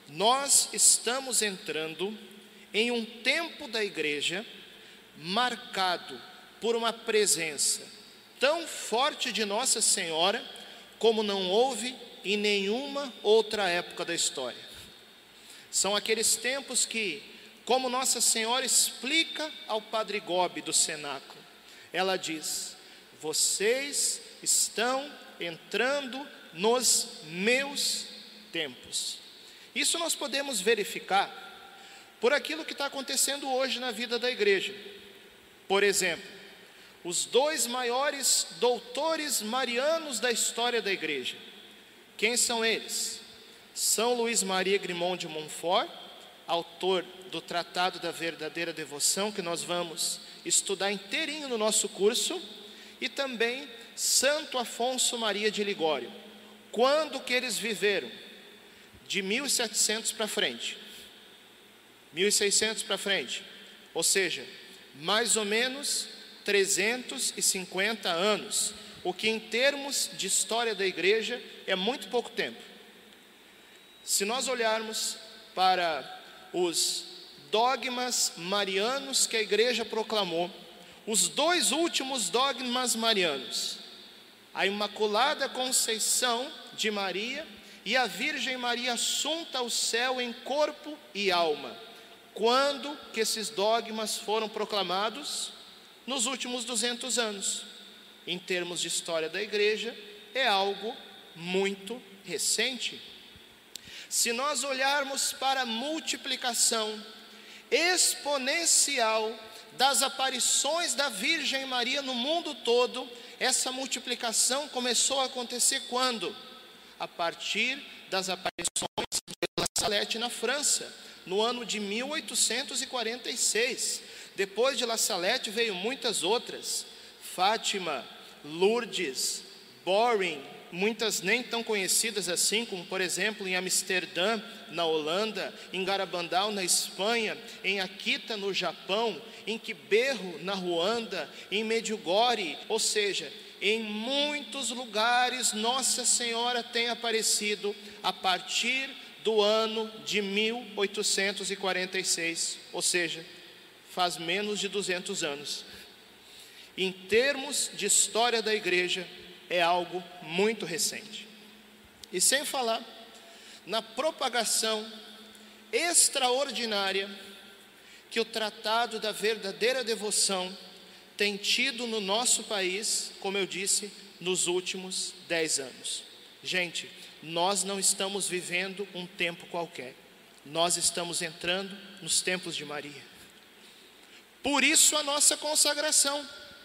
nós estamos entrando em um tempo da igreja marcado por uma presença tão forte de Nossa Senhora como não houve em nenhuma outra época da história. São aqueles tempos que, como Nossa Senhora explica ao Padre Gobi do cenáculo, ela diz: vocês estão entrando nos meus tempos. Isso nós podemos verificar por aquilo que está acontecendo hoje na vida da igreja. Por exemplo, os dois maiores doutores marianos da história da igreja. Quem são eles? São Luís Maria Grimond de Montfort, autor do Tratado da Verdadeira Devoção, que nós vamos estudar inteirinho no nosso curso, e também Santo Afonso Maria de Ligório. Quando que eles viveram? De 1700 para frente, 1600 para frente, ou seja, mais ou menos 350 anos, o que em termos de história da igreja é muito pouco tempo. Se nós olharmos para os dogmas marianos que a igreja proclamou, os dois últimos dogmas marianos, a Imaculada Conceição de Maria e a Virgem Maria assunta ao céu em corpo e alma. Quando que esses dogmas foram proclamados? Nos últimos 200 anos. Em termos de história da igreja, é algo muito recente. Se nós olharmos para a multiplicação exponencial das aparições da Virgem Maria no mundo todo, essa multiplicação começou a acontecer quando? A partir das aparições de La Salette na França, no ano de 1846. Depois de La Salette veio muitas outras: Fátima, Lourdes, Boring, muitas nem tão conhecidas assim, como por exemplo em Amsterdã, na Holanda, em Garabandal, na Espanha, em Akita, no Japão, em Kibeho, na Ruanda, em Medjugorje, ou seja, em muitos lugares Nossa Senhora tem aparecido a partir do ano de 1846, ou seja, faz menos de 200 anos. Em termos de história da igreja, é algo muito recente. E sem falar na propagação extraordinária que o Tratado da Verdadeira Devoção tem tido no nosso país, como eu disse, nos últimos 10 anos. Gente, nós não estamos vivendo um tempo qualquer. Nós estamos entrando nos tempos de Maria. Por isso a nossa consagração.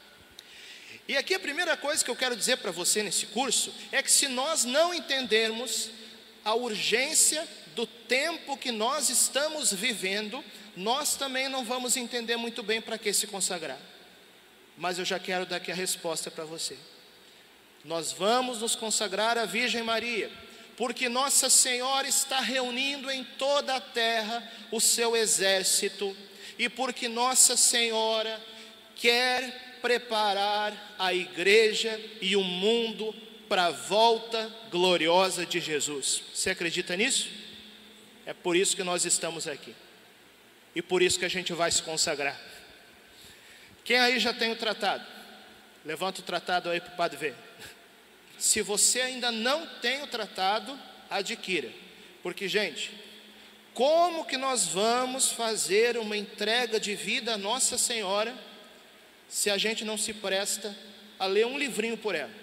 E aqui a primeira coisa que eu quero dizer para você nesse curso é que se nós não entendermos a urgência do tempo que nós estamos vivendo, nós também não vamos entender muito bem para que se consagrar. Mas eu já quero dar aqui a resposta para você. Nós vamos nos consagrar à Virgem Maria, porque Nossa Senhora está reunindo em toda a terra o seu exército, e porque Nossa Senhora quer preparar a igreja e o mundo para a volta gloriosa de Jesus. Você acredita nisso? É por isso que nós estamos aqui, e por isso que a gente vai se consagrar. Quem aí já tem o tratado? Levanta o tratado aí para o padre ver. Se você ainda não tem o tratado, adquira. Porque, gente, como que nós vamos fazer uma entrega de vida a Nossa Senhora se a gente não se presta a ler um livrinho por ela?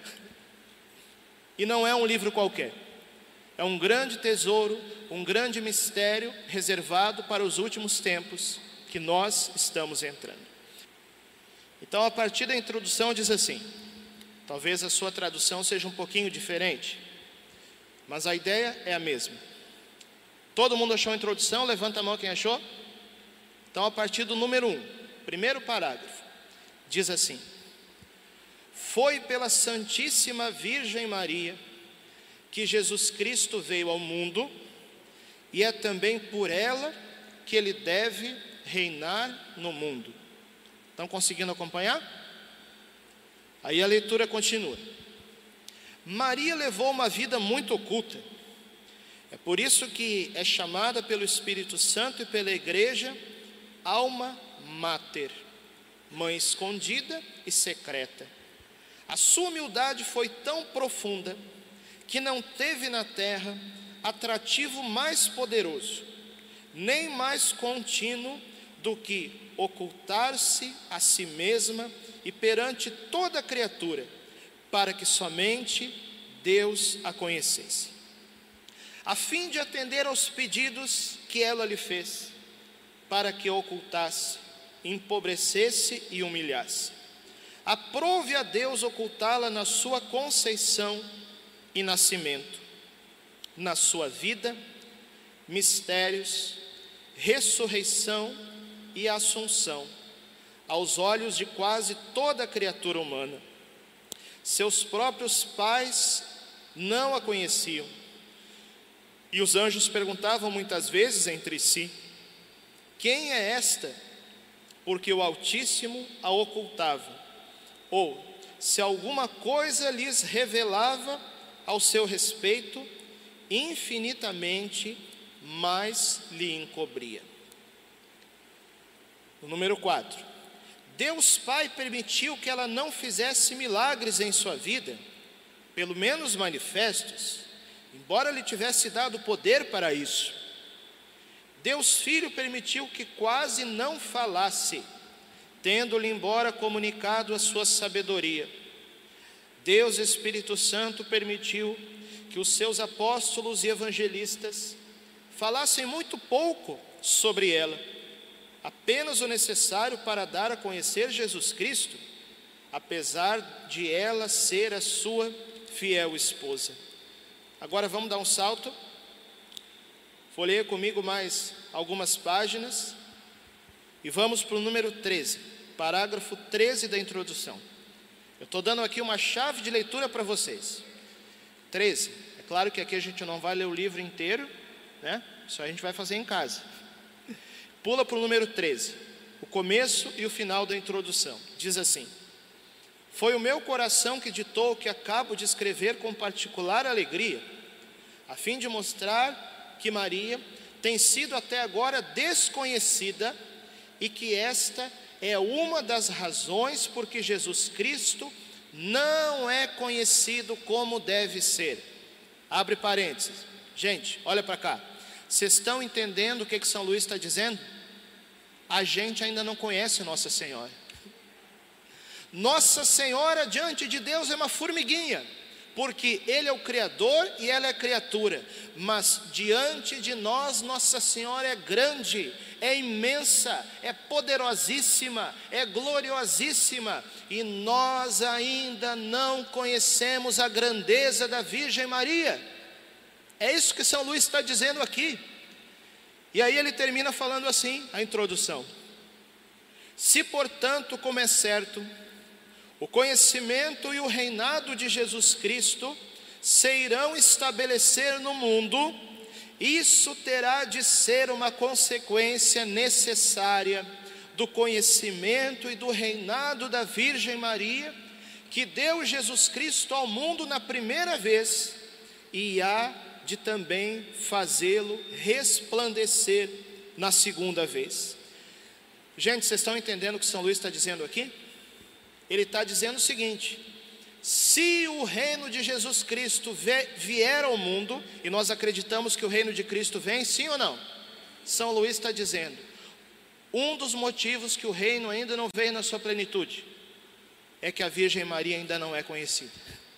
E não é um livro qualquer. É um grande tesouro, um grande mistério reservado para os últimos tempos que nós estamos entrando. Então, a partir da introdução diz assim, talvez a sua tradução seja um pouquinho diferente, mas a ideia é a mesma. Todo mundo achou a introdução? Levanta a mão quem achou. Então, a partir do número 1, primeiro parágrafo, diz assim: foi pela Santíssima Virgem Maria que Jesus Cristo veio ao mundo, e é também por ela que ele deve reinar no mundo. Estão conseguindo acompanhar? Aí a leitura continua. Maria levou uma vida muito oculta É por isso que é chamada pelo Espírito Santo e pela igreja alma máter, mãe escondida e secreta. A sua humildade foi tão profunda que não teve na terra atrativo mais poderoso, nem mais contínuo do que ocultar-se a si mesma e perante toda a criatura, para que somente Deus a conhecesse, a fim de atender aos pedidos que ela lhe fez, para que ocultasse, empobrecesse e humilhasse. Aprove a Deus ocultá-la na sua conceição e nascimento, na sua vida, mistérios, ressurreição e assunção, aos olhos de quase toda a criatura humana. Seus próprios pais não a conheciam, e os anjos perguntavam muitas vezes entre si: quem é esta? Porque o Altíssimo a ocultava, ou se alguma coisa lhes revelava ao seu respeito, infinitamente mais lhe encobria. O número 4. Deus Pai permitiu que ela não fizesse milagres em sua vida, pelo menos manifestos, embora lhe tivesse dado poder para isso. Deus Filho permitiu que quase não falasse, tendo-lhe embora comunicado a sua sabedoria. Deus Espírito Santo permitiu que os seus apóstolos e evangelistas falassem muito pouco sobre ela, apenas o necessário para dar a conhecer Jesus Cristo, apesar de ela ser a sua fiel esposa. Agora vamos dar um salto, folheia comigo mais algumas páginas e vamos para o número 13, parágrafo 13 da introdução. Eu estou dando aqui uma chave de leitura para vocês. 13, é claro que aqui a gente não vai ler o livro inteiro, né? Isso a gente vai fazer em casa. Pula para o número 13, o começo e o final da introdução. Diz assim: foi o meu coração que ditou o que acabo de escrever com particular alegria, a fim de mostrar que Maria tem sido até agora desconhecida e que esta é uma das razões por que Jesus Cristo não é conhecido como deve ser. Abre parênteses. Gente, olha para cá. Vocês estão entendendo o que São Luís está dizendo? A gente ainda não conhece Nossa Senhora. Nossa Senhora diante de Deus é uma formiguinha, porque Ele é o Criador e ela é a criatura. Mas diante de nós, Nossa Senhora é grande, é imensa, é poderosíssima, é gloriosíssima. E nós ainda não conhecemos a grandeza da Virgem Maria. É isso que São Luís está dizendo aqui. E aí ele termina falando assim, a introdução: se portanto, como é certo, o conhecimento e o reinado de Jesus Cristo se irão estabelecer no mundo, isso terá de ser uma consequência necessária do conhecimento e do reinado da Virgem Maria, que deu Jesus Cristo ao mundo na primeira vez, e há de também fazê-lo resplandecer na segunda vez. Gente, vocês estão entendendo o que São Luís está dizendo aqui? Ele está dizendo o seguinte: se o reino de Jesus Cristo vier ao mundo, e nós acreditamos que o reino de Cristo vem, sim ou não? São Luís está dizendo, um dos motivos que o reino ainda não veio na sua plenitude, é que a Virgem Maria ainda não é conhecida.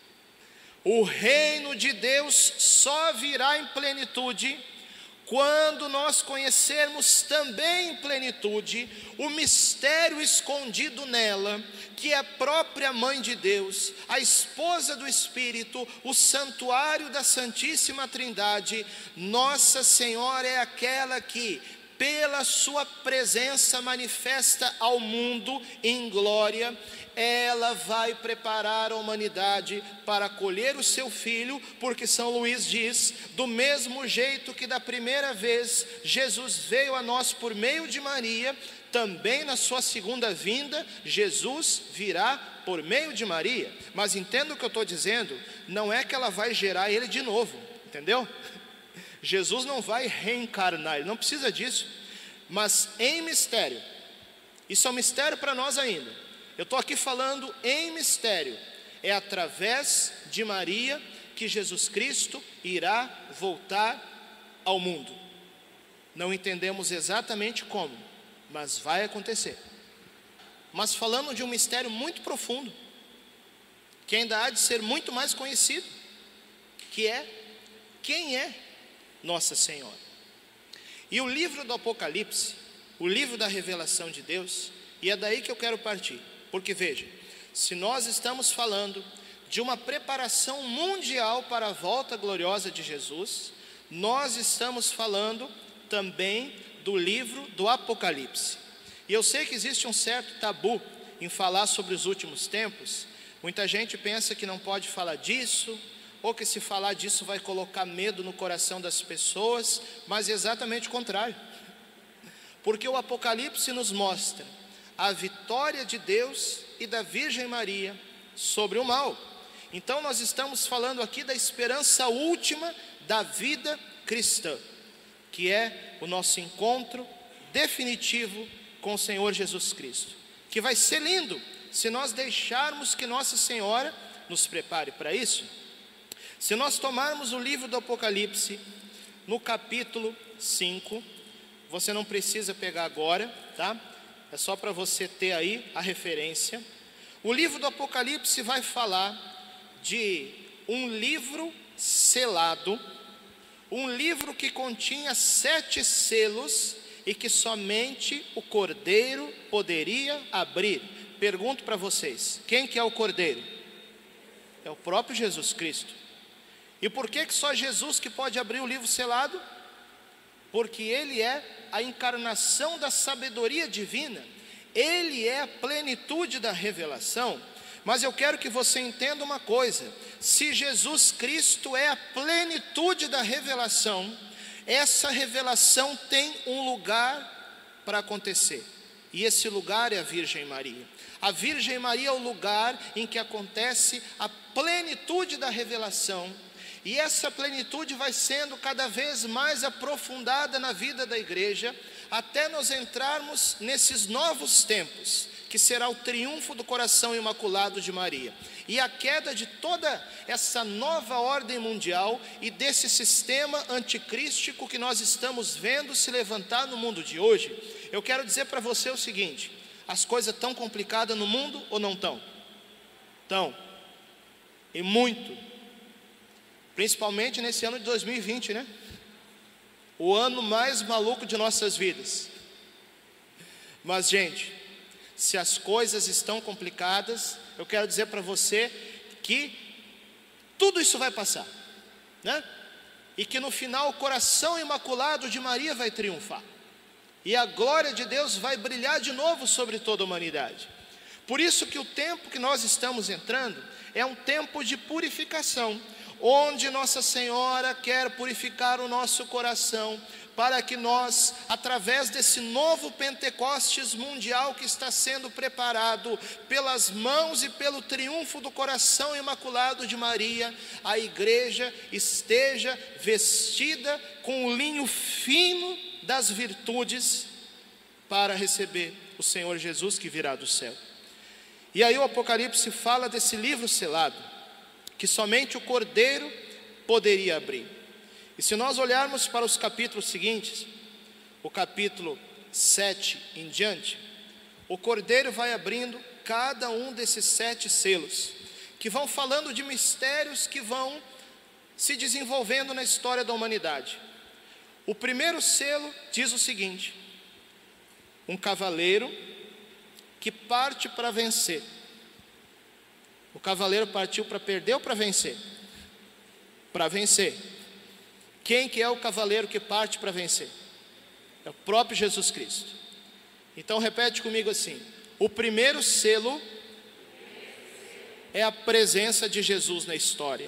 O reino de Deus só virá em plenitude quando nós conhecermos também em plenitude o mistério escondido nela, que é a própria Mãe de Deus, a esposa do Espírito, o santuário da Santíssima Trindade. Nossa Senhora é aquela que, pela sua presença manifesta ao mundo em glória, ela vai preparar a humanidade para acolher o seu Filho, porque São Luís diz, do mesmo jeito que da primeira vez Jesus veio a nós por meio de Maria, também na sua segunda vinda, Jesus virá por meio de Maria. Mas entenda o que eu estou dizendo, não é que ela vai gerar ele de novo, entendeu? Jesus não vai reencarnar, ele não precisa disso, mas em mistério. Isso é um mistério para nós ainda. Eu estou aqui falando em mistério. É através de Maria que Jesus Cristo irá voltar ao mundo. Não entendemos exatamente como, mas vai acontecer. Mas falando de um mistério muito profundo, que ainda há de ser muito mais conhecido, que é quem é Nossa Senhora. E o livro do Apocalipse, o livro da revelação de Deus, e é daí que eu quero partir, porque veja, se nós estamos falando de uma preparação mundial para a volta gloriosa de Jesus, nós estamos falando também do livro do Apocalipse. E eu sei que existe um certo tabu em falar sobre os últimos tempos. Muita gente pensa que não pode falar disso, ou que se falar disso vai colocar medo no coração das pessoas, mas é exatamente o contrário. Porque o Apocalipse nos mostra a vitória de Deus e da Virgem Maria sobre o mal. Então nós estamos falando aqui da esperança última da vida cristã, que é o nosso encontro definitivo com o Senhor Jesus Cristo, que vai ser lindo se nós deixarmos que Nossa Senhora nos prepare para isso. Se nós tomarmos o livro do Apocalipse, no capítulo 5, você não precisa pegar agora, tá? É só para você ter aí a referência. O livro do Apocalipse vai falar de um livro selado, um livro que continha 7 selos e que somente o Cordeiro poderia abrir. Pergunto para vocês, quem que é o Cordeiro? É o próprio Jesus Cristo. E por que só Jesus que pode abrir o livro selado? Porque Ele é a encarnação da sabedoria divina, Ele é a plenitude da revelação. Mas eu quero que você entenda uma coisa: se Jesus Cristo é a plenitude da revelação, essa revelação tem um lugar para acontecer, e esse lugar é a Virgem Maria. A Virgem Maria é o lugar em que acontece a plenitude da revelação, e essa plenitude vai sendo cada vez mais aprofundada na vida da igreja, até nós entrarmos nesses novos tempos, que será o triunfo do coração imaculado de Maria, e a queda de toda essa nova ordem mundial e desse sistema anticrístico que nós estamos vendo se levantar no mundo de hoje. Eu quero dizer para você o seguinte: as coisas estão complicadas no mundo ou não estão? Estão, e muito, principalmente nesse ano de 2020, né? O ano mais maluco de nossas vidas. Mas, gente, se as coisas estão complicadas, eu quero dizer para você que tudo isso vai passar, né? E que no final o coração imaculado de Maria vai triunfar, e a glória de Deus vai brilhar de novo sobre toda a humanidade. Por isso que o tempo que nós estamos entrando é um tempo de purificação, onde Nossa Senhora quer purificar o nosso coração, para que nós, através desse novo Pentecostes mundial que está sendo preparado pelas mãos e pelo triunfo do coração imaculado de Maria, a igreja esteja vestida com o linho fino das virtudes para receber o Senhor Jesus que virá do céu. E aí o Apocalipse fala desse livro selado, que somente o Cordeiro poderia abrir. E se nós olharmos para os capítulos seguintes, o capítulo 7 em diante, o Cordeiro vai abrindo cada um desses 7 selos, que vão falando de mistérios que vão se desenvolvendo na história da humanidade. O primeiro selo diz o seguinte: um cavaleiro que parte para vencer. O cavaleiro partiu para perder ou para vencer? Para vencer. Quem que é o cavaleiro que parte para vencer? É o próprio Jesus Cristo. Então repete comigo assim: o primeiro selo é a presença de Jesus na história,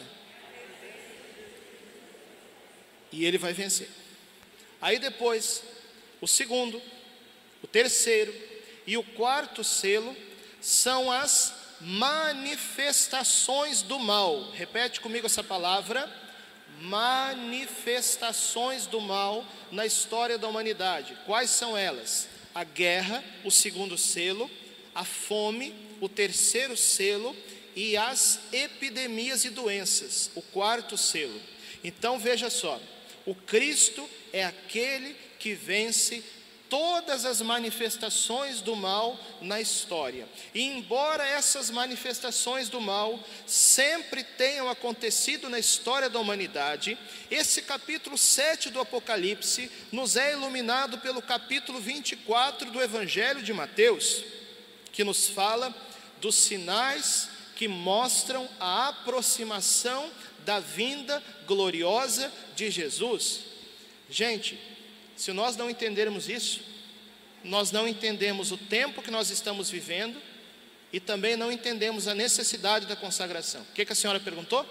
e ele vai vencer. Aí depois, o segundo, o terceiro e o quarto selo são as manifestações do mal. Repete comigo essa palavra: manifestações do mal na história da humanidade. Quais são elas? A guerra, o segundo selo, a fome, o terceiro selo, e as epidemias e doenças, o quarto selo. Então veja só, o Cristo é aquele que vence todas as manifestações do mal na história. E embora essas manifestações do mal sempre tenham acontecido na história da humanidade, esse capítulo 7 do Apocalipse nos é iluminado pelo capítulo 24 do Evangelho de Mateus, que nos fala dos sinais que mostram a aproximação da vinda gloriosa de Jesus. Gente, se nós não entendermos isso, nós não entendemos o tempo que nós estamos vivendo e também não entendemos a necessidade da consagração. O que a senhora perguntou?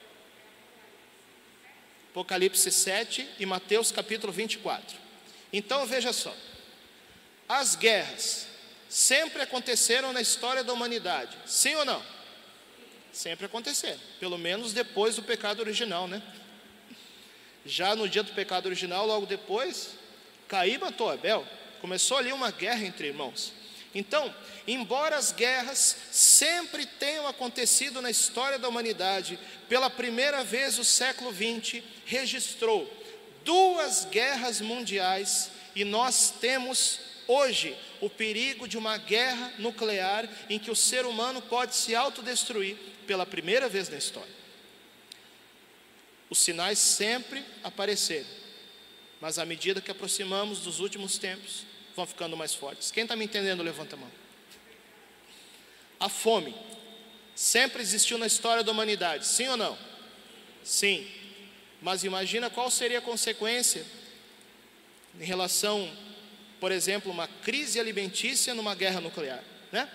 Apocalipse 7 e Mateus capítulo 24. Então veja só, as guerras sempre aconteceram na história da humanidade, sim ou não? Sempre aconteceram, pelo menos depois do pecado original, né? Já no dia do pecado original, logo depois, Caim matou Abel. Começou ali uma guerra entre irmãos. Então, embora as guerras sempre tenham acontecido na história da humanidade, pela primeira vez o século XX registrou 2 guerras mundiais, e nós temos hoje o perigo de uma guerra nuclear em que o ser humano pode se autodestruir pela primeira vez na história. Os sinais sempre apareceram, mas à medida que aproximamos dos últimos tempos, vão ficando mais fortes. Quem está me entendendo, levanta a mão. A fome sempre existiu na história da humanidade, sim ou não? Sim, mas imagina qual seria a consequência em relação, por exemplo, uma crise alimentícia numa guerra nuclear, né?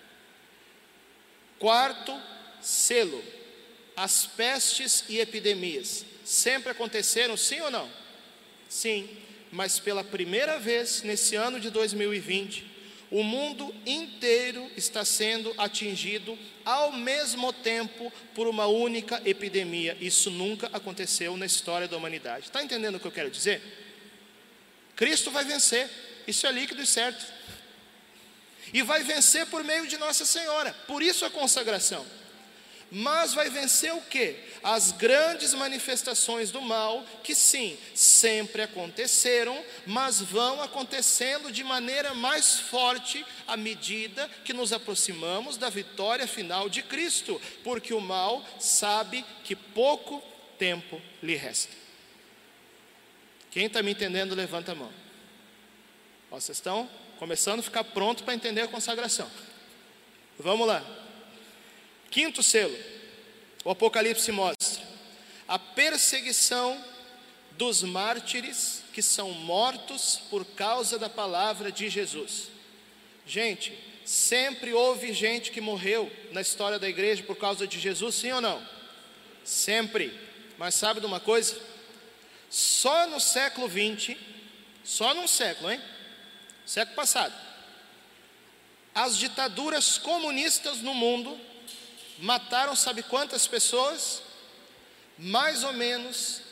Quarto selo, as pestes e epidemias sempre aconteceram, sim ou não? Sim, mas pela primeira vez nesse ano de 2020, o mundo inteiro está sendo atingido ao mesmo tempo por uma única epidemia. Isso nunca aconteceu na história da humanidade. Está entendendo o que eu quero dizer? Cristo vai vencer, isso é líquido e certo, e vai vencer por meio de Nossa Senhora, por isso a consagração. Mas vai vencer o quê? As grandes manifestações do mal, que sim, sempre aconteceram, mas vão acontecendo de maneira mais forte à medida que nos aproximamos da vitória final de Cristo, porque o mal sabe que pouco tempo lhe resta. Quem está me entendendo, levanta a mão. Vocês estão começando a ficar prontos para entender a consagração. Vamos lá. Quinto selo, o Apocalipse mostra a perseguição dos mártires que são mortos por causa da palavra de Jesus. Gente, sempre houve gente que morreu na história da igreja por causa de Jesus, sim ou não? Sempre. Mas sabe de uma coisa? Só no século XX, só num século, século passado, as ditaduras comunistas no mundo mataram, sabe quantas pessoas? Mais ou menos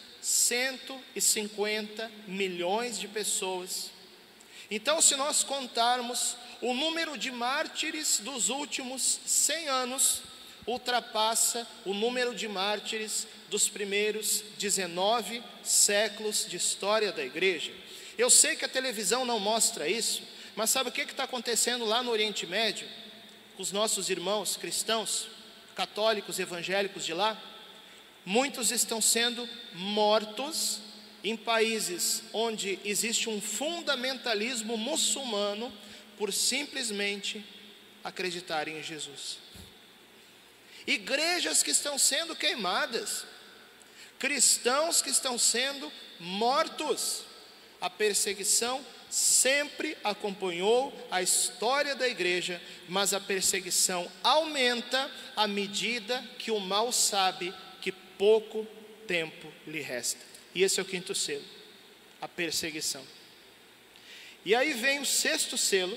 150 milhões de pessoas. Então, se nós contarmos, o número de mártires dos últimos 100 anos ultrapassa o número de mártires dos primeiros 19 séculos de história da igreja. Eu sei que a televisão não mostra isso, mas sabe o que está acontecendo lá no Oriente Médio? Com os nossos irmãos cristãos, católicos, evangélicos de lá, muitos estão sendo mortos em países onde existe um fundamentalismo muçulmano por simplesmente acreditarem em Jesus. Igrejas que estão sendo queimadas, cristãos que estão sendo mortos. A perseguição sempre acompanhou a história da igreja, mas a perseguição aumenta à medida que o mal sabe que pouco tempo lhe resta. E esse é o quinto selo, a perseguição. E aí vem o sexto selo,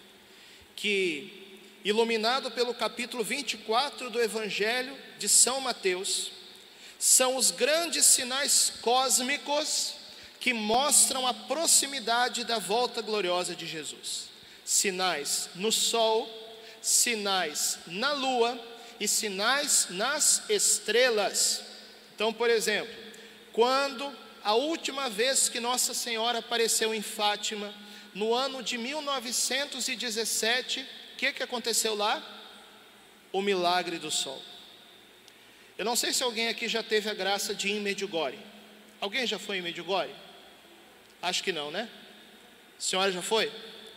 que, iluminado pelo capítulo 24 do Evangelho de São Mateus, são os grandes sinais cósmicos que mostram a proximidade da volta gloriosa de Jesus. Sinais no sol, sinais na lua e sinais nas estrelas. Então, por exemplo, quando a última vez que Nossa Senhora apareceu em Fátima, no ano de 1917, o que aconteceu lá? O milagre do sol. Eu não sei se alguém aqui já teve a graça de ir em Medjugorje. Alguém já foi em Medjugorje? Acho que não, né? A senhora já foi?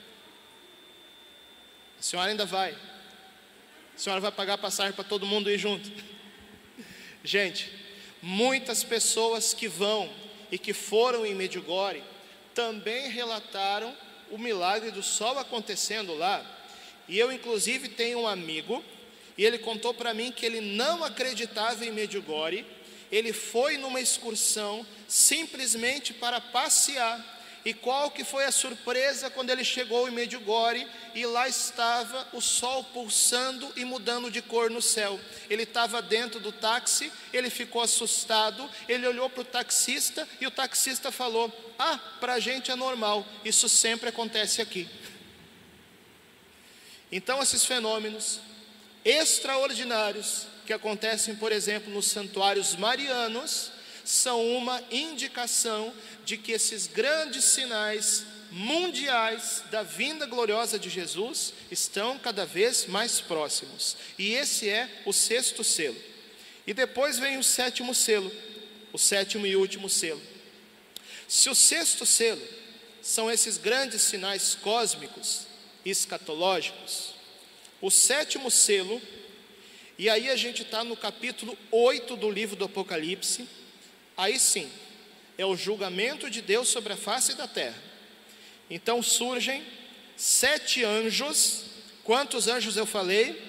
A senhora ainda vai. A senhora vai pagar passagem para todo mundo ir junto. Gente, muitas pessoas que vão e que foram em Medjugorje também relataram o milagre do sol acontecendo lá. E eu inclusive tenho um amigo, e ele contou para mim que ele não acreditava em Medjugorje. Ele foi numa excursão simplesmente para passear. E qual que foi a surpresa quando ele chegou em Medjugorje e lá estava o sol pulsando e mudando de cor no céu. Ele estava dentro do táxi, ele ficou assustado, ele olhou para o taxista e o taxista falou: para a gente é normal, isso sempre acontece aqui. Então esses fenômenos extraordinários que acontecem, por exemplo, nos santuários marianos, são uma indicação de que esses grandes sinais mundiais da vinda gloriosa de Jesus estão cada vez mais próximos. E esse é o sexto selo. E depois vem o sétimo selo, o sétimo e último selo. Se o sexto selo são esses grandes sinais cósmicos e escatológicos, o sétimo selo, e aí a gente está no capítulo 8 do livro do Apocalipse, aí sim, é o julgamento de Deus sobre a face da terra. Então surgem 7 anjos. Quantos anjos eu falei?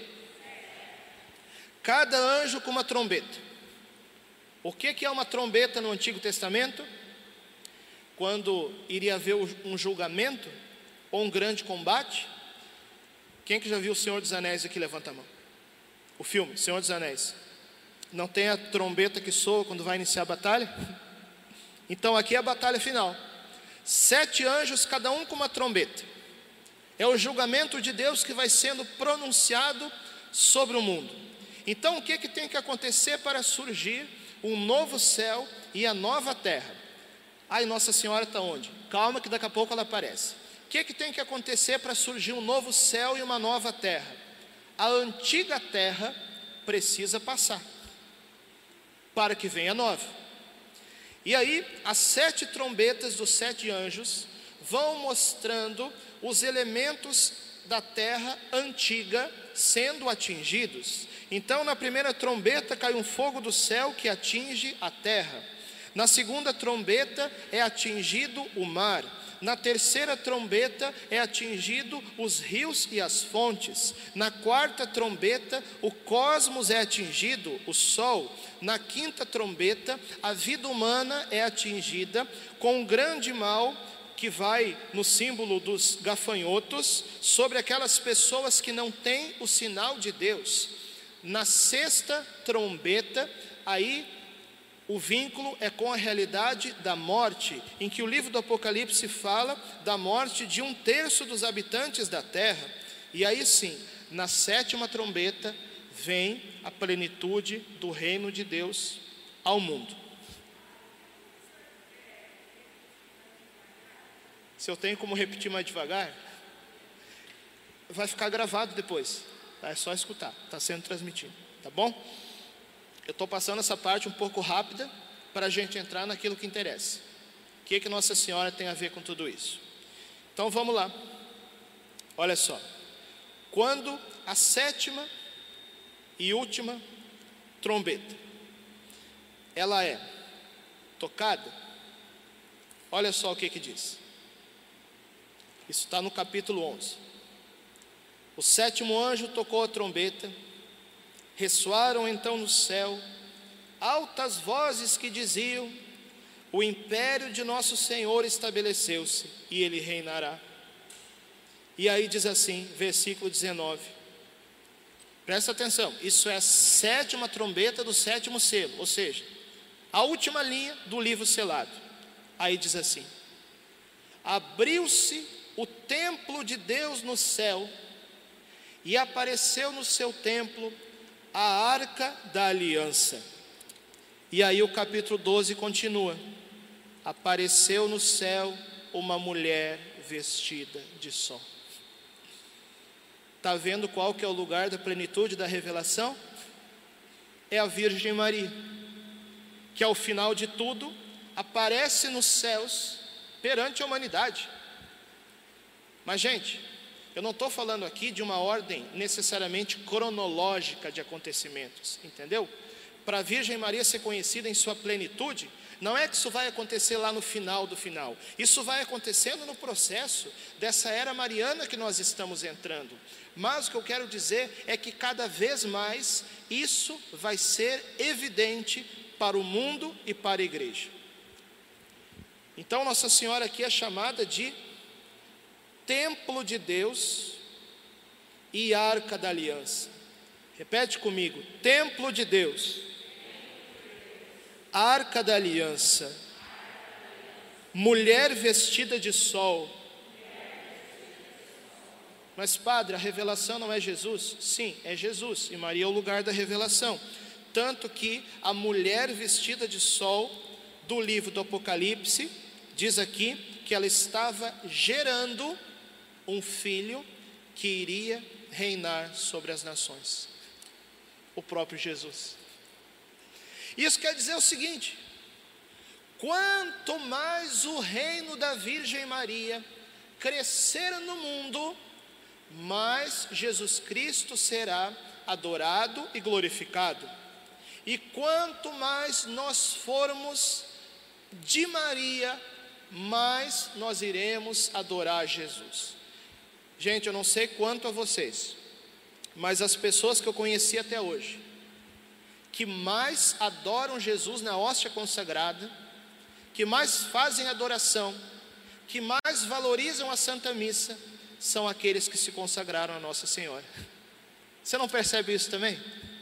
Cada anjo com uma trombeta. O que é uma trombeta no Antigo Testamento? Quando iria haver um julgamento ou um grande combate. Quem que já viu o Senhor dos Anéis aqui? Levanta a mão. O filme, Senhor dos Anéis. Não tem a trombeta que soa quando vai iniciar a batalha? Então aqui é a batalha final. 7 anjos, cada um com uma trombeta. É o julgamento de Deus que vai sendo pronunciado sobre o mundo. Então o que tem que acontecer para surgir um novo céu e a nova terra? Ai, Nossa Senhora está onde? Calma que daqui a pouco ela aparece. O que tem que acontecer para surgir um novo céu e uma nova terra? A antiga terra precisa passar, para que venha a nova. E aí, as 7 trombetas dos 7 anjos vão mostrando os elementos da terra antiga sendo atingidos. Então, na primeira trombeta cai um fogo do céu que atinge a terra. Na segunda trombeta é atingido o mar. Na terceira trombeta é atingido os rios e as fontes. Na quarta trombeta o cosmos é atingido, o sol. Na quinta trombeta a vida humana é atingida com um grande mal que vai no símbolo dos gafanhotos sobre aquelas pessoas que não têm o sinal de Deus. Na sexta trombeta, aí o vínculo é com a realidade da morte, em que o livro do Apocalipse fala da morte de 1/3 dos habitantes da terra. E aí sim, na sétima trombeta, vem a plenitude do reino de Deus ao mundo. Se eu tenho como repetir mais devagar, vai ficar gravado depois, é só escutar, está sendo transmitido, tá bom? Eu estou passando essa parte um pouco rápida para a gente entrar naquilo que interessa. O que Nossa Senhora tem a ver com tudo isso? Então vamos lá. Olha só. Quando a sétima e última trombeta, ela é tocada, olha só o que diz. Isso está no capítulo 11. O sétimo anjo tocou a trombeta. Ressoaram então no céu altas vozes que diziam: o império de nosso Senhor estabeleceu-se e ele reinará. E aí diz assim, versículo 19, presta atenção, isso é a sétima trombeta do sétimo selo, ou seja, A última linha do livro selado. Aí diz assim: abriu-se o templo de Deus no céu, e apareceu no seu templo a arca da aliança. E aí o capítulo 12 continua: apareceu no céu uma mulher vestida de sol. Está vendo qual que é o lugar da plenitude da revelação? É a Virgem Maria, que ao final de tudo aparece nos céus perante a humanidade. Mas gente, eu não estou falando aqui de uma ordem necessariamente cronológica de acontecimentos, entendeu? Para a Virgem Maria ser conhecida em sua plenitude, não é que isso vai acontecer lá no final do final. Isso vai acontecendo no processo dessa era mariana que nós estamos entrando. Mas o que eu quero dizer é que cada vez mais isso vai ser evidente para o mundo e para a igreja. Então Nossa Senhora aqui é chamada de templo de Deus e arca da aliança. Repete comigo: templo de Deus, arca da aliança, mulher vestida de sol. Mas padre, a revelação não é Jesus? Sim, é Jesus, e Maria é o lugar da revelação. Tanto que a mulher vestida de sol do livro do Apocalipse diz aqui que ela estava gerando um filho que iria reinar sobre as nações, o próprio Jesus. Isso quer dizer o seguinte: quanto mais o reino da Virgem Maria crescer no mundo, mais Jesus Cristo será adorado e glorificado. E quanto mais nós formos de Maria, mais nós iremos adorar Jesus. Gente, eu não sei quanto a vocês, mas as pessoas que eu conheci até hoje, que mais adoram Jesus na hóstia consagrada, que mais fazem adoração, que mais valorizam a Santa Missa, são aqueles que se consagraram a Nossa Senhora. Você não percebe isso também?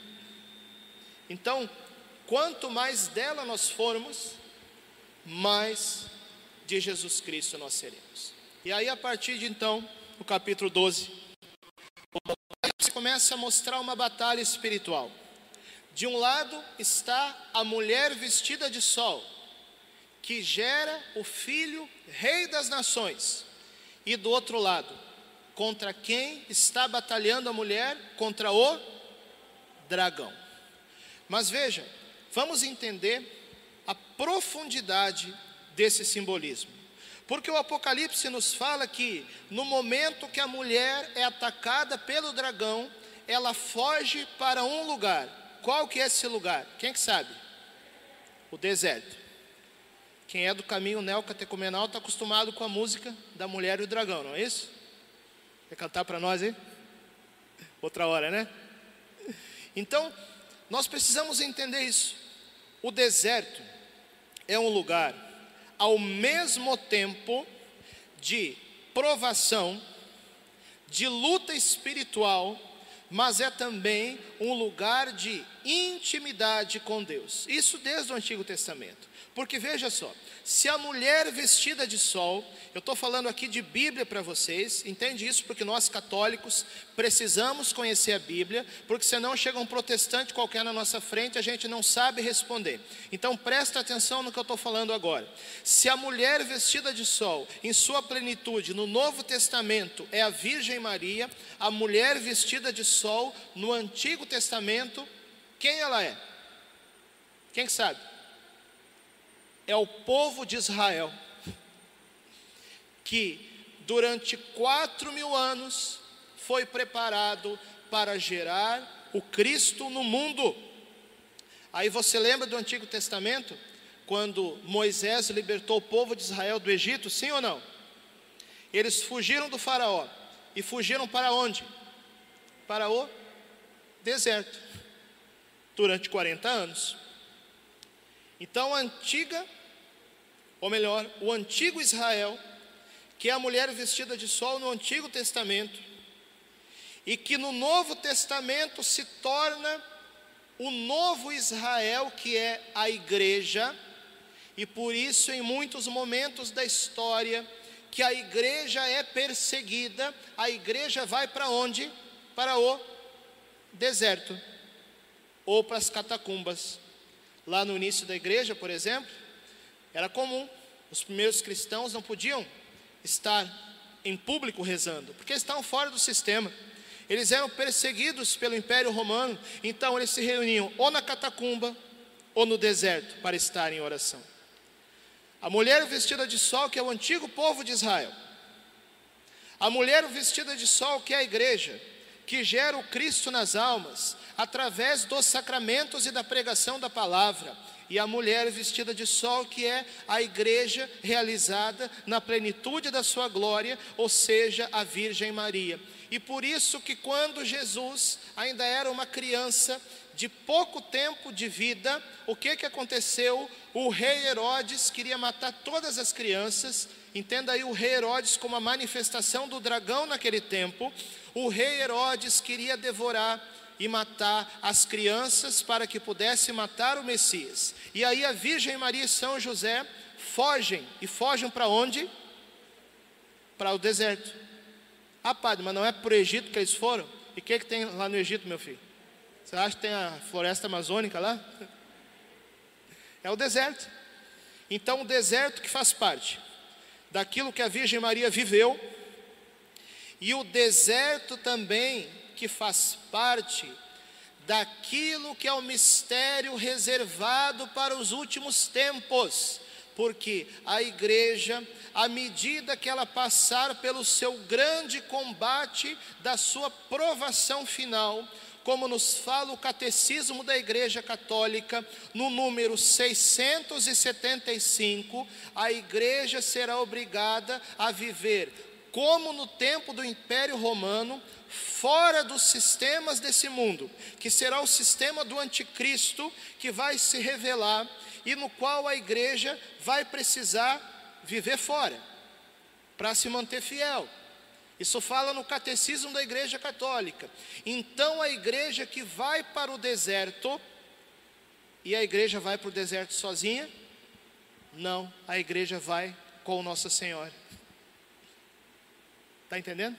Então, quanto mais dela nós formos, mais de Jesus Cristo nós seremos. E aí, a partir de então, no capítulo 12, você começa a mostrar uma batalha espiritual. De um lado está a mulher vestida de sol, que gera o Filho, Rei das Nações. E do outro lado, contra quem está batalhando a mulher? Contra o dragão. Mas veja, vamos entender a profundidade desse simbolismo. Porque o Apocalipse nos fala que no momento que a mulher é atacada pelo dragão, ela foge para um lugar. Qual que é esse lugar? Quem que sabe? O deserto. Quem é do caminho neocatecumenal está acostumado com a música da mulher e o dragão, não é isso? Quer cantar para nós aí? Outra hora, né? Então, nós precisamos entender isso. O deserto é um lugar, ao mesmo tempo, de provação, de luta espiritual, mas é também um lugar de intimidade com Deus. Isso desde o Antigo Testamento. Porque veja só, se a mulher vestida de sol, eu estou falando aqui de Bíblia para vocês, entende isso? Porque nós católicos precisamos conhecer a Bíblia, porque senão chega um protestante qualquer na nossa frente, a gente não sabe responder. Então presta atenção no que eu estou falando agora. Se a mulher vestida de sol, em sua plenitude, no Novo Testamento, é a Virgem Maria, a mulher vestida de sol, no Antigo Testamento, quem ela é? Quem sabe? É o povo de Israel, que durante 4.000 anos foi preparado para gerar o Cristo no mundo. Aí você lembra do Antigo Testamento, quando Moisés libertou o povo de Israel do Egito, sim ou não? Eles fugiram do faraó, e fugiram para onde? Para o deserto, durante 40 anos. Então o antigo Israel, que é a mulher vestida de sol no Antigo Testamento, e que no Novo Testamento se torna o novo Israel, que é a igreja, e por isso em muitos momentos da história que a igreja é perseguida, a igreja vai para onde? Para o deserto, ou para as catacumbas. Lá no início da igreja, por exemplo, era comum, os primeiros cristãos não podiam estar em público rezando, porque eles estavam fora do sistema. Eles eram perseguidos pelo Império Romano, então eles se reuniam ou na catacumba ou no deserto para estar em oração. A mulher vestida de sol, que é o antigo povo de Israel. A mulher vestida de sol, que é a igreja, que gera o Cristo nas almas, através dos sacramentos e da pregação da palavra. E a mulher vestida de sol, que é a igreja realizada na plenitude da sua glória, ou seja, a Virgem Maria. E por isso que quando Jesus ainda era uma criança de pouco tempo de vida, o que aconteceu? O rei Herodes queria matar todas as crianças. Entenda aí o rei Herodes como a manifestação do dragão naquele tempo. O rei Herodes queria devorar e matar as crianças para que pudesse matar o Messias. E aí a Virgem Maria e São José fogem. E fogem para onde? Para o deserto. Ah, padre, mas não é para o Egito que eles foram? E o que tem lá no Egito, meu filho? Você acha que tem a floresta amazônica lá? É o deserto. Então o deserto que faz parte daquilo que a Virgem Maria viveu, e o deserto também que faz parte daquilo que é o mistério reservado para os últimos tempos, porque a igreja, à medida que ela passar pelo seu grande combate da sua provação final, como nos fala o Catecismo da Igreja Católica, no número 675, a igreja será obrigada a viver, como no tempo do Império Romano, fora dos sistemas desse mundo, que será o sistema do anticristo, que vai se revelar, e no qual a igreja vai precisar viver fora, para se manter fiel. Isso fala no Catecismo da Igreja Católica. Então a igreja que vai para o deserto, e a igreja vai para o deserto sozinha? Não, a igreja vai com Nossa Senhora. Está entendendo?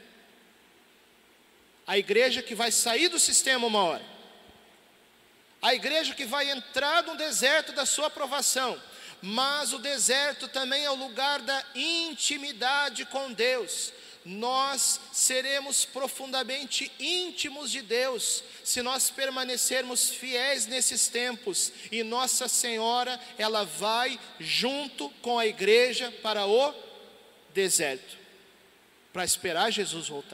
A igreja que vai sair do sistema uma hora. A igreja que vai entrar no deserto da sua aprovação. Mas o deserto também é o lugar da intimidade com Deus. Nós seremos profundamente íntimos de Deus se nós permanecermos fiéis nesses tempos, e Nossa Senhora, ela vai junto com a igreja para o deserto, para esperar Jesus voltar.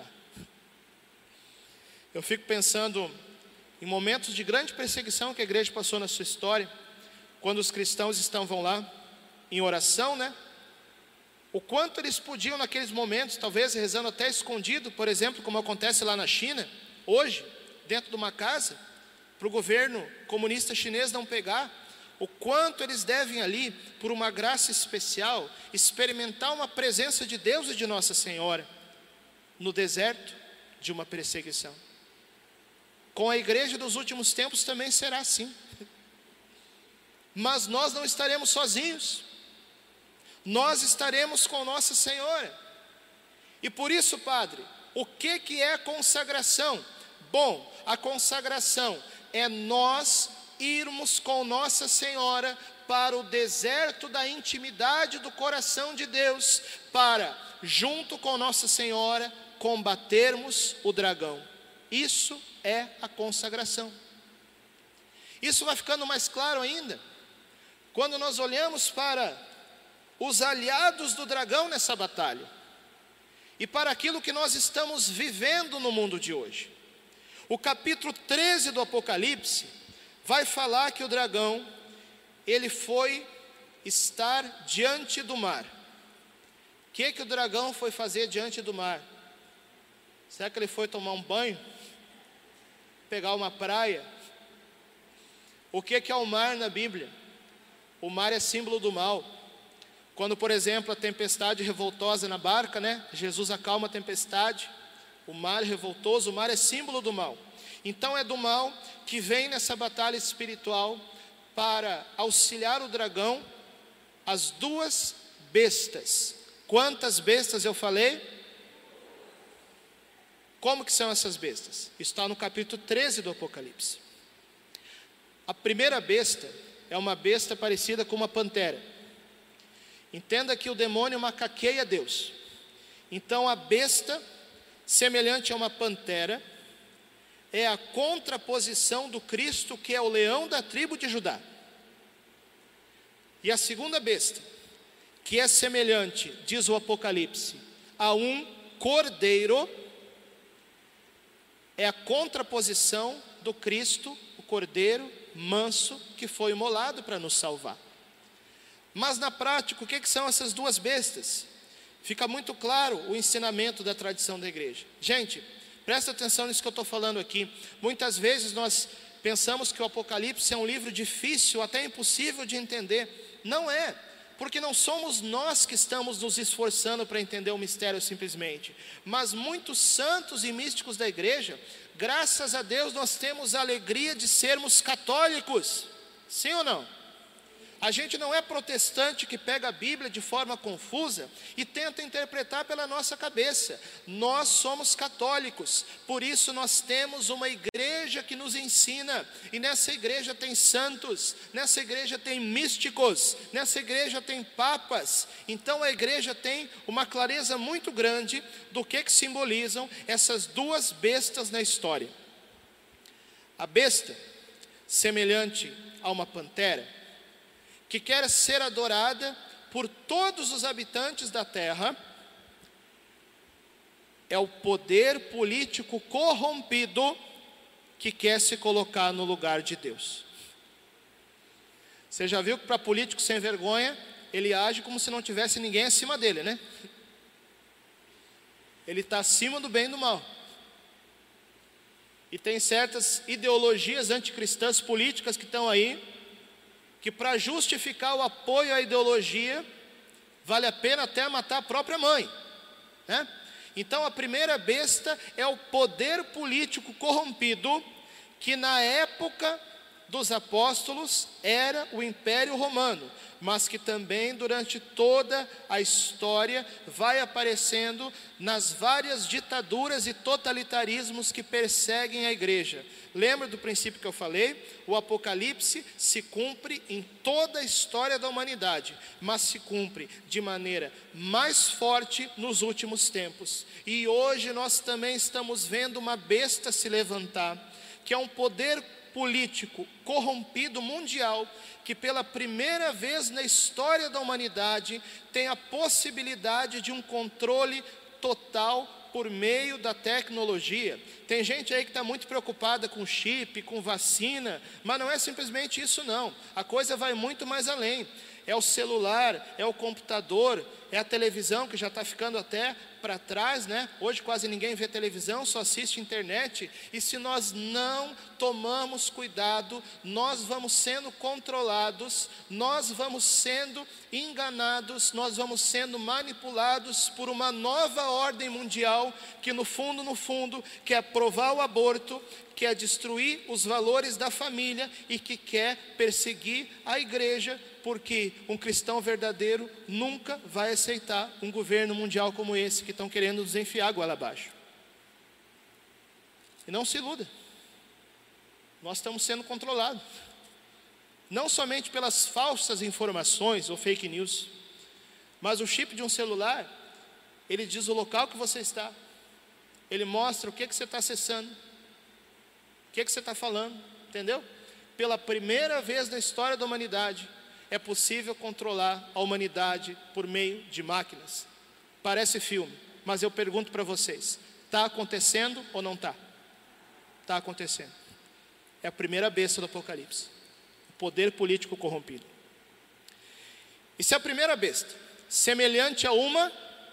Eu fico pensando em momentos de grande perseguição que a igreja passou na sua história, quando os cristãos estavam lá em oração, né? O quanto eles podiam naqueles momentos, talvez rezando até escondido, por exemplo, como acontece lá na China, hoje, dentro de uma casa, para o governo comunista chinês não pegar, o quanto eles devem ali, por uma graça especial, experimentar uma presença de Deus e de Nossa Senhora, no deserto de uma perseguição. Com a igreja dos últimos tempos também será assim. Mas nós não estaremos sozinhos. Nós estaremos com Nossa Senhora. E por isso, padre, o que é consagração? Bom, a consagração é nós irmos com Nossa Senhora para o deserto da intimidade do coração de Deus, para, junto com Nossa Senhora, combatermos o dragão. Isso é a consagração. Isso vai ficando mais claro ainda quando nós olhamos para os aliados do dragão nessa batalha, e para aquilo que nós estamos vivendo no mundo de hoje. O capítulo 13 do Apocalipse vai falar que o dragão, ele foi estar diante do mar. O que o dragão foi fazer diante do mar? Será que ele foi tomar um banho? Pegar uma praia? O que é o mar na Bíblia? O mar é símbolo do mal. Quando, por exemplo, a tempestade revoltosa na barca, né? Jesus acalma a tempestade, o mar revoltoso, o mar é símbolo do mal. Então é do mal que vem nessa batalha espiritual para auxiliar o dragão as duas bestas. Quantas bestas eu falei? Como que são essas bestas? Está no capítulo 13 do Apocalipse. A primeira besta é uma besta parecida com uma pantera. Entenda que o demônio macaqueia Deus. Então a besta, semelhante a uma pantera, é a contraposição do Cristo, que é o leão da tribo de Judá. E a segunda besta, que é semelhante, diz o Apocalipse, a um cordeiro, é a contraposição do Cristo, o cordeiro manso, que foi imolado para nos salvar. Mas na prática, o que são essas duas bestas? Fica muito claro o ensinamento da tradição da igreja. Gente, presta atenção nisso que eu estou falando aqui. Muitas vezes nós pensamos que o Apocalipse é um livro difícil, até impossível de entender. Não é, porque não somos nós que estamos nos esforçando para entender o mistério simplesmente, mas muitos santos e místicos da igreja. Graças a Deus nós temos a alegria de sermos católicos, sim ou não? A gente não é protestante que pega a Bíblia de forma confusa e tenta interpretar pela nossa cabeça. Nós somos católicos, por isso nós temos uma igreja que nos ensina, e nessa igreja tem santos, nessa igreja tem místicos, nessa igreja tem papas. Então a igreja tem uma clareza muito grande do que simbolizam essas duas bestas na história. A besta, semelhante a uma pantera, que quer ser adorada por todos os habitantes da terra, é o poder político corrompido que quer se colocar no lugar de Deus. Você já viu que para político sem vergonha, ele age como se não tivesse ninguém acima dele, né? Ele está acima do bem e do mal. E tem certas ideologias anticristãs políticas que estão aí, que para justificar o apoio à ideologia, vale a pena até matar a própria mãe, né? Então a primeira besta é o poder político corrompido, que na época dos apóstolos era o Império Romano, mas que também durante toda a história vai aparecendo nas várias ditaduras e totalitarismos que perseguem a igreja. Lembra do princípio que eu falei? O Apocalipse se cumpre em toda a história da humanidade, mas se cumpre de maneira mais forte nos últimos tempos. E hoje nós também estamos vendo uma besta se levantar, que é um poder político corrompido mundial, que pela primeira vez na história da humanidade tem a possibilidade de um controle total por meio da tecnologia. Tem gente aí que está muito preocupada com chip, com vacina, mas não é simplesmente isso não. A coisa vai muito mais além. É o celular, é o computador, é a televisão, que já está ficando até para trás, né? Hoje quase ninguém vê televisão, só assiste internet. E se nós não tomamos cuidado, nós vamos sendo controlados, nós vamos sendo enganados, nós vamos sendo manipulados por uma nova ordem mundial, que no fundo, quer provar o aborto, quer destruir os valores da família e que quer perseguir a igreja, porque um cristão verdadeiro nunca vai aceitar um governo mundial como esse, que estão querendo nos enfiar goela abaixo. E não se iluda, nós estamos sendo controlados, não somente pelas falsas informações ou fake news, mas o chip de um celular, ele diz o local que você está, ele mostra o que você está acessando, o que você está falando, entendeu? Pela primeira vez na história da humanidade, é possível controlar a humanidade por meio de máquinas. Parece filme, mas eu pergunto para vocês, está acontecendo ou não está? Está acontecendo. É a primeira besta do Apocalipse, o poder político corrompido. E se a primeira besta, semelhante a uma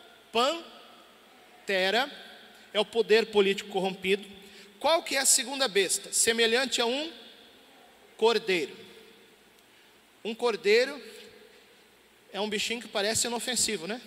pantera, é o poder político corrompido, qual que é a segunda besta? Semelhante a um cordeiro. Um cordeiro é um bichinho que parece inofensivo, né?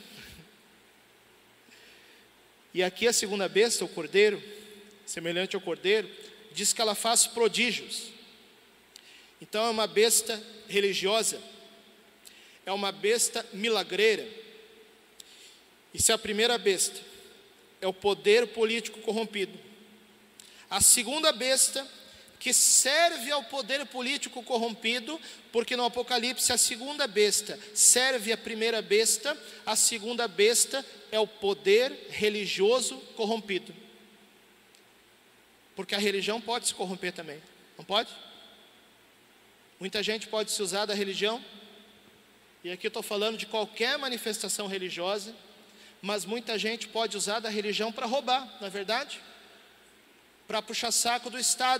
E aqui a segunda besta, o cordeiro, semelhante ao cordeiro, diz que ela faz prodígios. Então é uma besta religiosa, é uma besta milagreira. Isso é a primeira besta, é o poder político corrompido. A segunda besta, que serve ao poder político corrompido, porque no Apocalipse a segunda besta serve à primeira besta, a segunda besta é o poder religioso corrompido. Porque a religião pode se corromper também, não pode? Muita gente pode se usar da religião, e aqui eu estou falando de qualquer manifestação religiosa, mas muita gente pode usar da religião para roubar, não é verdade? Para puxar saco do Estado,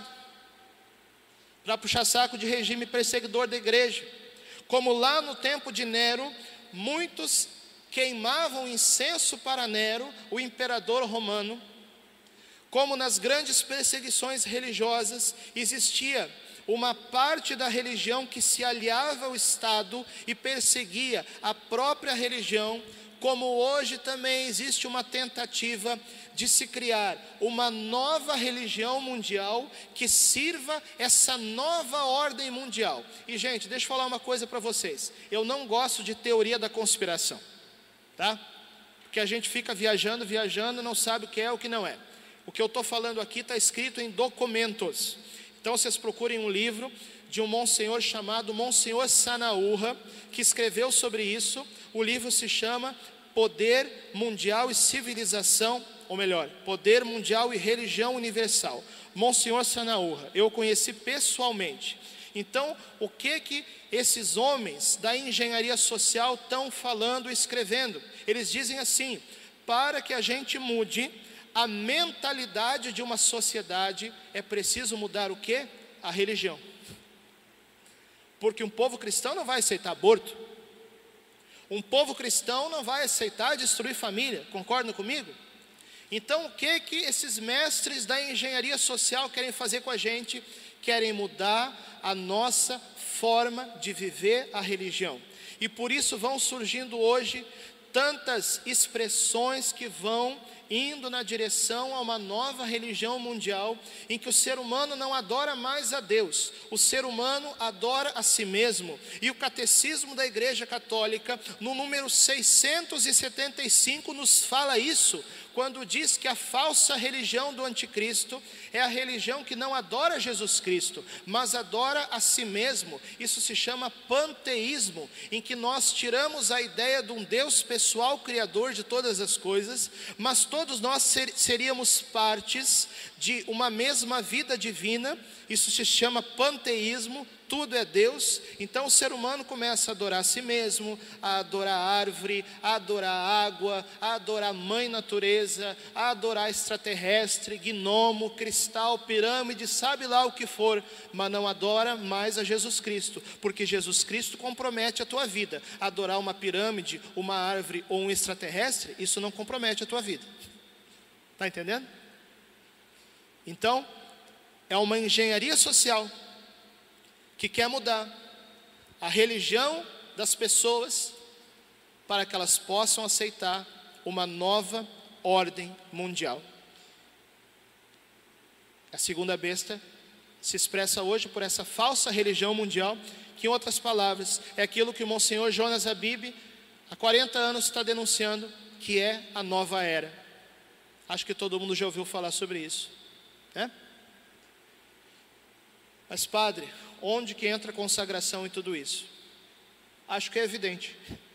para puxar saco de regime perseguidor da igreja. Como lá no tempo de Nero, muitos queimavam incenso para Nero, o imperador romano. Como nas grandes perseguições religiosas, existia uma parte da religião que se aliava ao Estado e perseguia a própria religião, como hoje também existe uma tentativa de se criar uma nova religião mundial que sirva essa nova ordem mundial. E gente, deixa eu falar uma coisa para vocês, eu não gosto de teoria da conspiração, tá? Porque a gente fica viajando, não sabe o que é, o que não é. O que eu estou falando aqui está escrito em documentos. Então vocês procurem um livro de um monsenhor chamado Monsenhor Sanaúra, que escreveu sobre isso. O livro se chama Poder Mundial e Civilização, ou melhor, Poder Mundial e Religião Universal. Monsenhor Sanaúra, eu conheci pessoalmente. Então, o que esses homens da engenharia social estão falando e escrevendo? Eles dizem assim: para que a gente mude a mentalidade de uma sociedade, é preciso mudar o quê? A religião. Porque um povo cristão não vai aceitar aborto. Um povo cristão não vai aceitar destruir família. Concordam comigo? Então o que esses mestres da engenharia social querem fazer com a gente? Querem mudar a nossa forma de viver a religião. E por isso vão surgindo hoje tantas expressões que vão indo na direção a uma nova religião mundial, em que o ser humano não adora mais a Deus, o ser humano adora a si mesmo. E o Catecismo da Igreja Católica, no número 675, nos fala isso, quando diz que a falsa religião do anticristo é a religião que não adora Jesus Cristo, mas adora a si mesmo. Isso se chama panteísmo, em que nós tiramos a ideia de um Deus pessoal, criador de todas as coisas, mas todos nós seríamos partes de uma mesma vida divina. Isso se chama panteísmo, tudo é Deus. Então o ser humano começa a adorar a si mesmo, a adorar a árvore, a adorar a água, a adorar a mãe natureza, a adorar extraterrestre, gnomo, cristal, pirâmide, sabe lá o que for, mas não adora mais a Jesus Cristo, porque Jesus Cristo compromete a tua vida. Adorar uma pirâmide, uma árvore ou um extraterrestre, isso não compromete a tua vida. Está entendendo? Então, é uma engenharia social que quer mudar a religião das pessoas para que elas possam aceitar uma nova ordem mundial. A segunda besta se expressa hoje por essa falsa religião mundial, que em outras palavras é aquilo que o Monsenhor Jonas Habib há 40 anos está denunciando, que é a nova era. Acho que todo mundo já ouviu falar sobre isso, né? Mas padre, onde que entra a consagração em tudo isso? Acho que é evidente.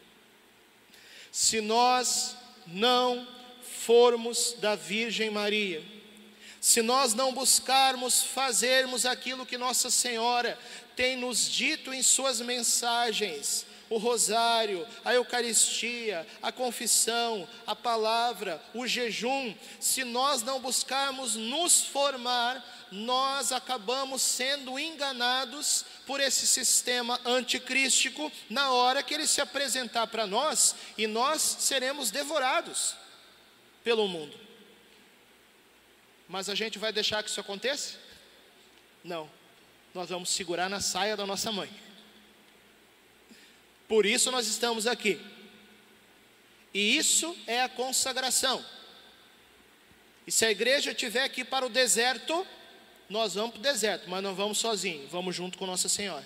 Se nós não formos da Virgem Maria, se nós não buscarmos fazermos aquilo que Nossa Senhora tem nos dito em suas mensagens, o rosário, a Eucaristia, a confissão, a palavra, o jejum, se nós não buscarmos nos formar, nós acabamos sendo enganados por esse sistema anticrístico na hora que ele se apresentar para nós, e nós seremos devorados pelo mundo. Mas a gente vai deixar que isso aconteça? Não, nós vamos segurar na saia da nossa mãe. Por isso nós estamos aqui. E isso é a consagração. E se a igreja tiver que ir para o deserto, nós vamos para o deserto, mas não vamos sozinhos, vamos junto com Nossa Senhora.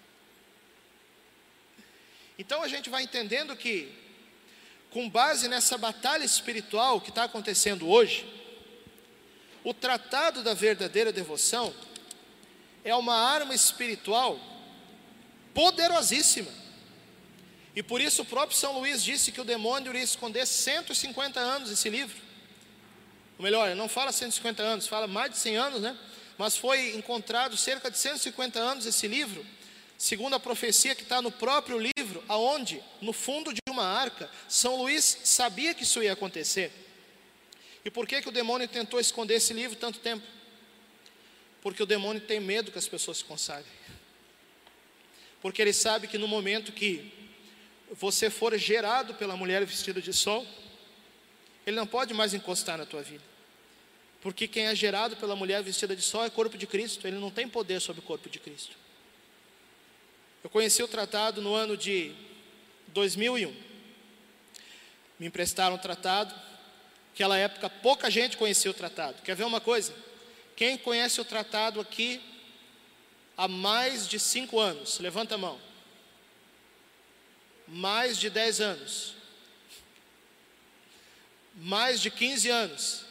Então a gente vai entendendo que, com base nessa batalha espiritual que está acontecendo hoje, o tratado da verdadeira devoção é uma arma espiritual poderosíssima. E por isso o próprio São Luís disse que o demônio iria esconder 150 anos esse livro. Ou melhor, não fala 150 anos, fala mais de 100 anos, né? Mas foi encontrado cerca de 150 anos esse livro, segundo a profecia que está no próprio livro, aonde, no fundo de uma arca, São Luís sabia que isso ia acontecer. E por que o demônio tentou esconder esse livro tanto tempo? Porque o demônio tem medo que as pessoas se consagrem. Porque ele sabe que no momento que você for gerado pela mulher vestida de sol, ele não pode mais encostar na tua vida. Porque quem é gerado pela mulher vestida de sol é o corpo de Cristo, ele não tem poder sobre o corpo de Cristo. Eu conheci o tratado no ano de 2001. Me emprestaram o tratado. Naquela época pouca gente conhecia o tratado. Quer ver uma coisa? Quem conhece o tratado aqui há mais de 5 anos? Levanta a mão. Mais de 10 anos. Mais de 15 anos.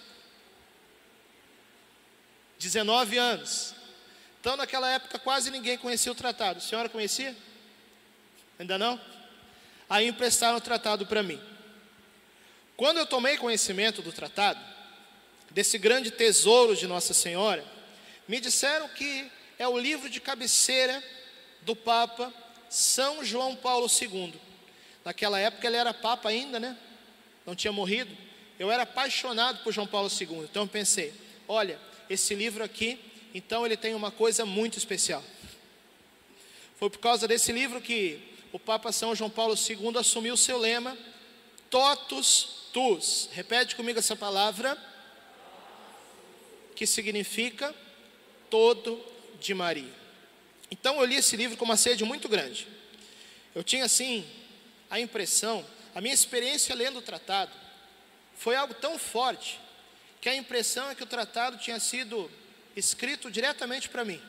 19 anos. Então naquela época quase ninguém conhecia o tratado. A senhora conhecia? Ainda não? Aí emprestaram o tratado para mim. Quando eu tomei conhecimento do tratado, desse grande tesouro de Nossa Senhora, me disseram que é o livro de cabeceira do Papa São João Paulo II. Naquela época ele era Papa ainda, né? Não tinha morrido. Eu era apaixonado por João Paulo II. Então eu pensei, olha, esse livro aqui, então ele tem uma coisa muito especial. Foi por causa desse livro que o Papa São João Paulo II assumiu o seu lema, Totus Tuus. Repete comigo essa palavra, que significa todo de Maria. Então eu li esse livro com uma sede muito grande. Eu tinha assim a impressão, a minha experiência lendo o tratado foi algo tão forte, que a impressão é que o tratado tinha sido escrito diretamente para mim.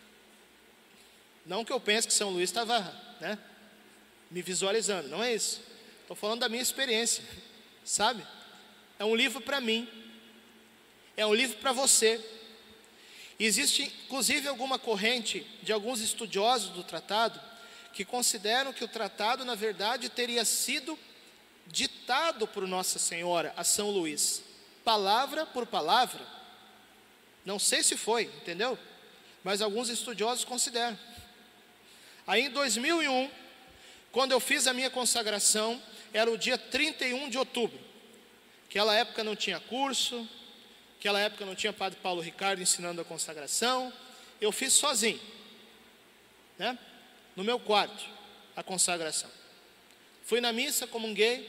Não que eu pense que São Luís estava, né, me visualizando, não é isso. Estou falando da minha experiência, sabe? É um livro para mim, é um livro para você. Existe inclusive alguma corrente de alguns estudiosos do tratado que consideram que o tratado na verdade teria sido ditado por Nossa Senhora a São Luís, palavra por palavra. Não sei se foi, entendeu? Mas alguns estudiosos consideram. Aí em 2001, quando eu fiz a minha consagração, era o dia 31 de outubro. Aquela época não tinha curso, aquela época não tinha Padre Paulo Ricardo ensinando a consagração. Eu fiz sozinho, né? No meu quarto, a consagração. Fui na missa, comunguei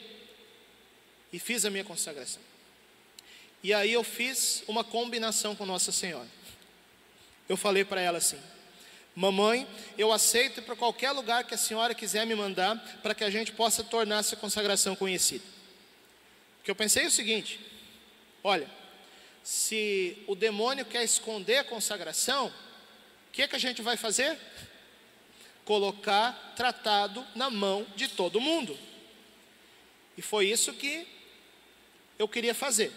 e fiz a minha consagração. E aí eu fiz uma combinação com Nossa Senhora. Eu falei para ela assim, mamãe, eu aceito para qualquer lugar que a senhora quiser me mandar, para que a gente possa tornar essa consagração conhecida. Porque eu pensei o seguinte, olha, se o demônio quer esconder a consagração, o que é que a gente vai fazer? Colocar tratado na mão de todo mundo. E foi isso que eu queria fazer.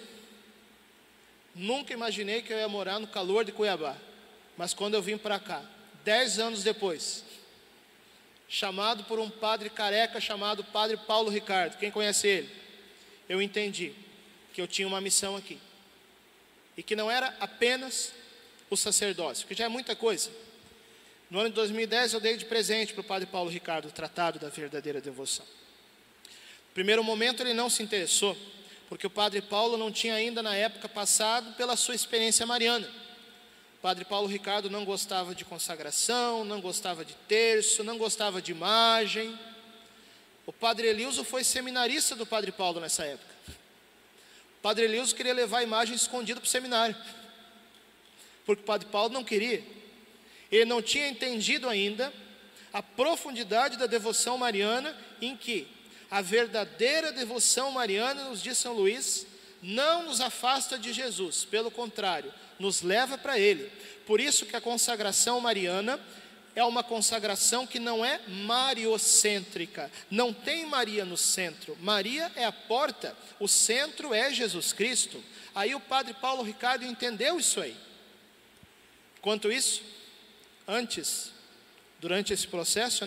Nunca imaginei que eu ia morar no calor de Cuiabá. Mas quando eu vim para cá, 10 anos depois, chamado por um padre careca chamado Padre Paulo Ricardo, quem conhece ele? Eu entendi que eu tinha uma missão aqui. E que não era apenas o sacerdócio, que já é muita coisa. No ano de 2010 eu dei de presente para o Padre Paulo Ricardo o Tratado da Verdadeira Devoção. No primeiro momento ele não se interessou, porque o Padre Paulo não tinha ainda na época passado pela sua experiência mariana. O Padre Paulo Ricardo não gostava de consagração, não gostava de terço, não gostava de imagem. O Padre Eleuso foi seminarista do Padre Paulo nessa época. O Padre Eleuso queria levar a imagem escondida para o seminário, porque o Padre Paulo não queria. Ele não tinha entendido ainda a profundidade da devoção mariana, em que a verdadeira devoção mariana, nos diz São Luís, não nos afasta de Jesus, pelo contrário, nos leva para Ele. Por isso que a consagração mariana é uma consagração que não é mariocêntrica, não tem Maria no centro. Maria é a porta, o centro é Jesus Cristo. Aí o padre Paulo Ricardo entendeu isso aí. Quanto isso, antes, durante esse processo,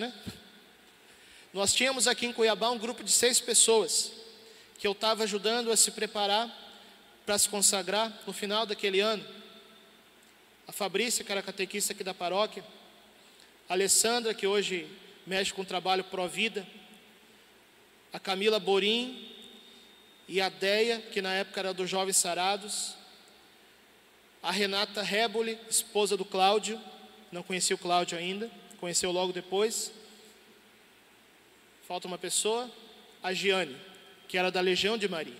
nós tínhamos aqui em Cuiabá um grupo de 6 pessoas, que eu estava ajudando a se preparar para se consagrar no final daquele ano. A Fabrícia, que era catequista aqui da paróquia, a Alessandra, que hoje mexe com o trabalho Provida, a Camila Borim e a Deia, que na época era dos Jovens Sarados, a Renata Reboli, esposa do Cláudio, não conhecia o Cláudio ainda, conheceu logo depois. Falta uma pessoa, a Giane, que era da Legião de Maria.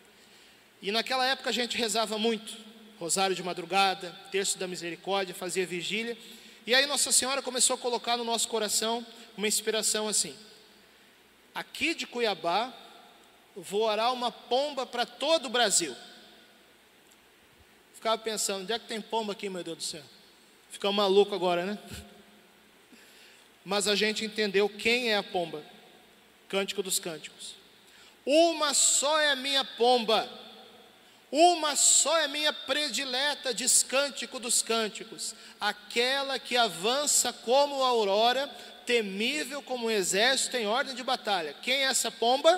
E naquela época a gente rezava muito, rosário de madrugada, terço da misericórdia, fazia vigília. E aí Nossa Senhora começou a colocar no nosso coração uma inspiração assim: aqui de Cuiabá voará uma pomba para todo o Brasil. Ficava pensando, onde é que tem pomba aqui, meu Deus do céu? Fica maluco agora, né? Mas a gente entendeu quem é a pomba. Cântico dos Cânticos. Uma só é a minha pomba, uma só é minha predileta, diz Cântico dos Cânticos, aquela que avança como a aurora, temível como um exército em ordem de batalha. Quem é essa pomba?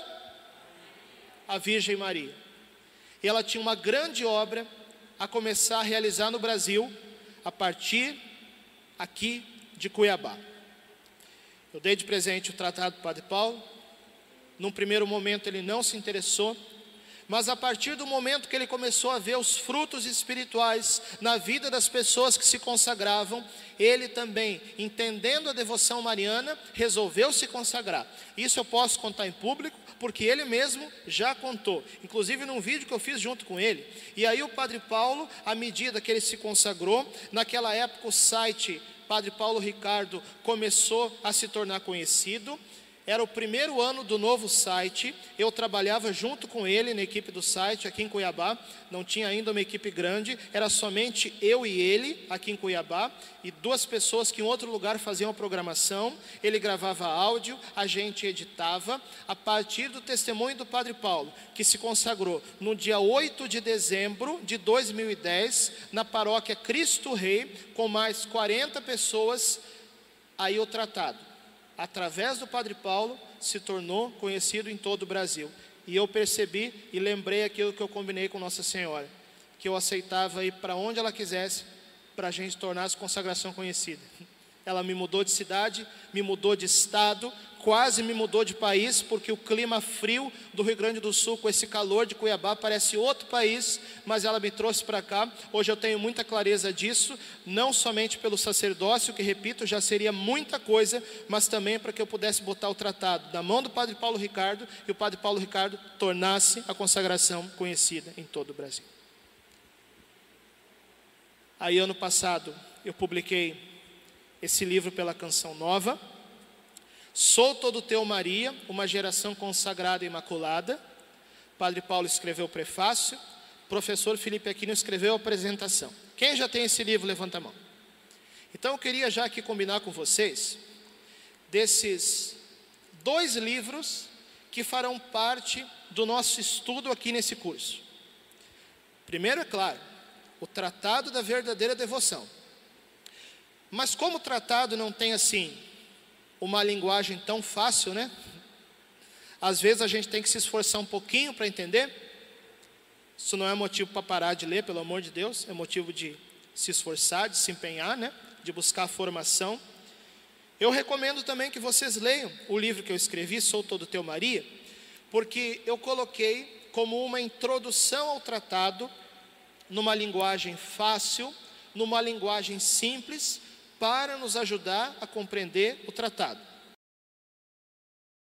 A Virgem Maria. E ela tinha uma grande obra a começar a realizar no Brasil, a partir aqui de Cuiabá. Eu dei de presente o tratado do Padre Paulo. Num primeiro momento ele não se interessou, mas a partir do momento que ele começou a ver os frutos espirituais na vida das pessoas que se consagravam, ele também, entendendo a devoção mariana, resolveu se consagrar. Isso eu posso contar em público, porque ele mesmo já contou, inclusive num vídeo que eu fiz junto com ele. E aí o Padre Paulo, à medida que ele se consagrou, naquela época o site Padre Paulo Ricardo começou a se tornar conhecido. Era o primeiro ano do novo site, eu trabalhava junto com ele na equipe do site aqui em Cuiabá, não tinha ainda uma equipe grande, era somente eu e ele aqui em Cuiabá, e 2 pessoas que em outro lugar faziam a programação. Ele gravava áudio, a gente editava, a partir do testemunho do Padre Paulo, que se consagrou no dia 8 de dezembro de 2010, na paróquia Cristo Rei, com mais 40 pessoas, aí o tratado, através do Padre Paulo, se tornou conhecido em todo o Brasil. E eu percebi e lembrei aquilo que eu combinei com Nossa Senhora, que eu aceitava ir para onde ela quisesse, para a gente tornar essa consagração conhecida. Ela me mudou de cidade, me mudou de estado, quase me mudou de país, porque o clima frio do Rio Grande do Sul, com esse calor de Cuiabá, parece outro país, mas ela me trouxe para cá. Hoje eu tenho muita clareza disso, não somente pelo sacerdócio, que repito, já seria muita coisa, mas também para que eu pudesse botar o tratado na mão do Padre Paulo Ricardo, e o Padre Paulo Ricardo tornasse a consagração conhecida em todo o Brasil. Aí ano passado eu publiquei esse livro pela Canção Nova, Sou Todo Teu Maria, uma geração consagrada e imaculada. Padre Paulo escreveu o prefácio, professor Felipe Aquino escreveu a apresentação. Quem já tem esse livro, levanta a mão. Então eu queria já aqui combinar com vocês, desses 2 livros que farão parte do nosso estudo aqui nesse curso. Primeiro, é claro, o Tratado da Verdadeira Devoção. Mas como o tratado não tem assim uma linguagem tão fácil, às vezes a gente tem que se esforçar um pouquinho para entender. Isso não é motivo para parar de ler, pelo amor de Deus, é motivo de se esforçar, de se empenhar, de buscar formação. Eu recomendo também que vocês leiam o livro que eu escrevi, Sou Todo Teu Maria, porque eu coloquei como uma introdução ao tratado, numa linguagem fácil, numa linguagem simples, para nos ajudar a compreender o tratado.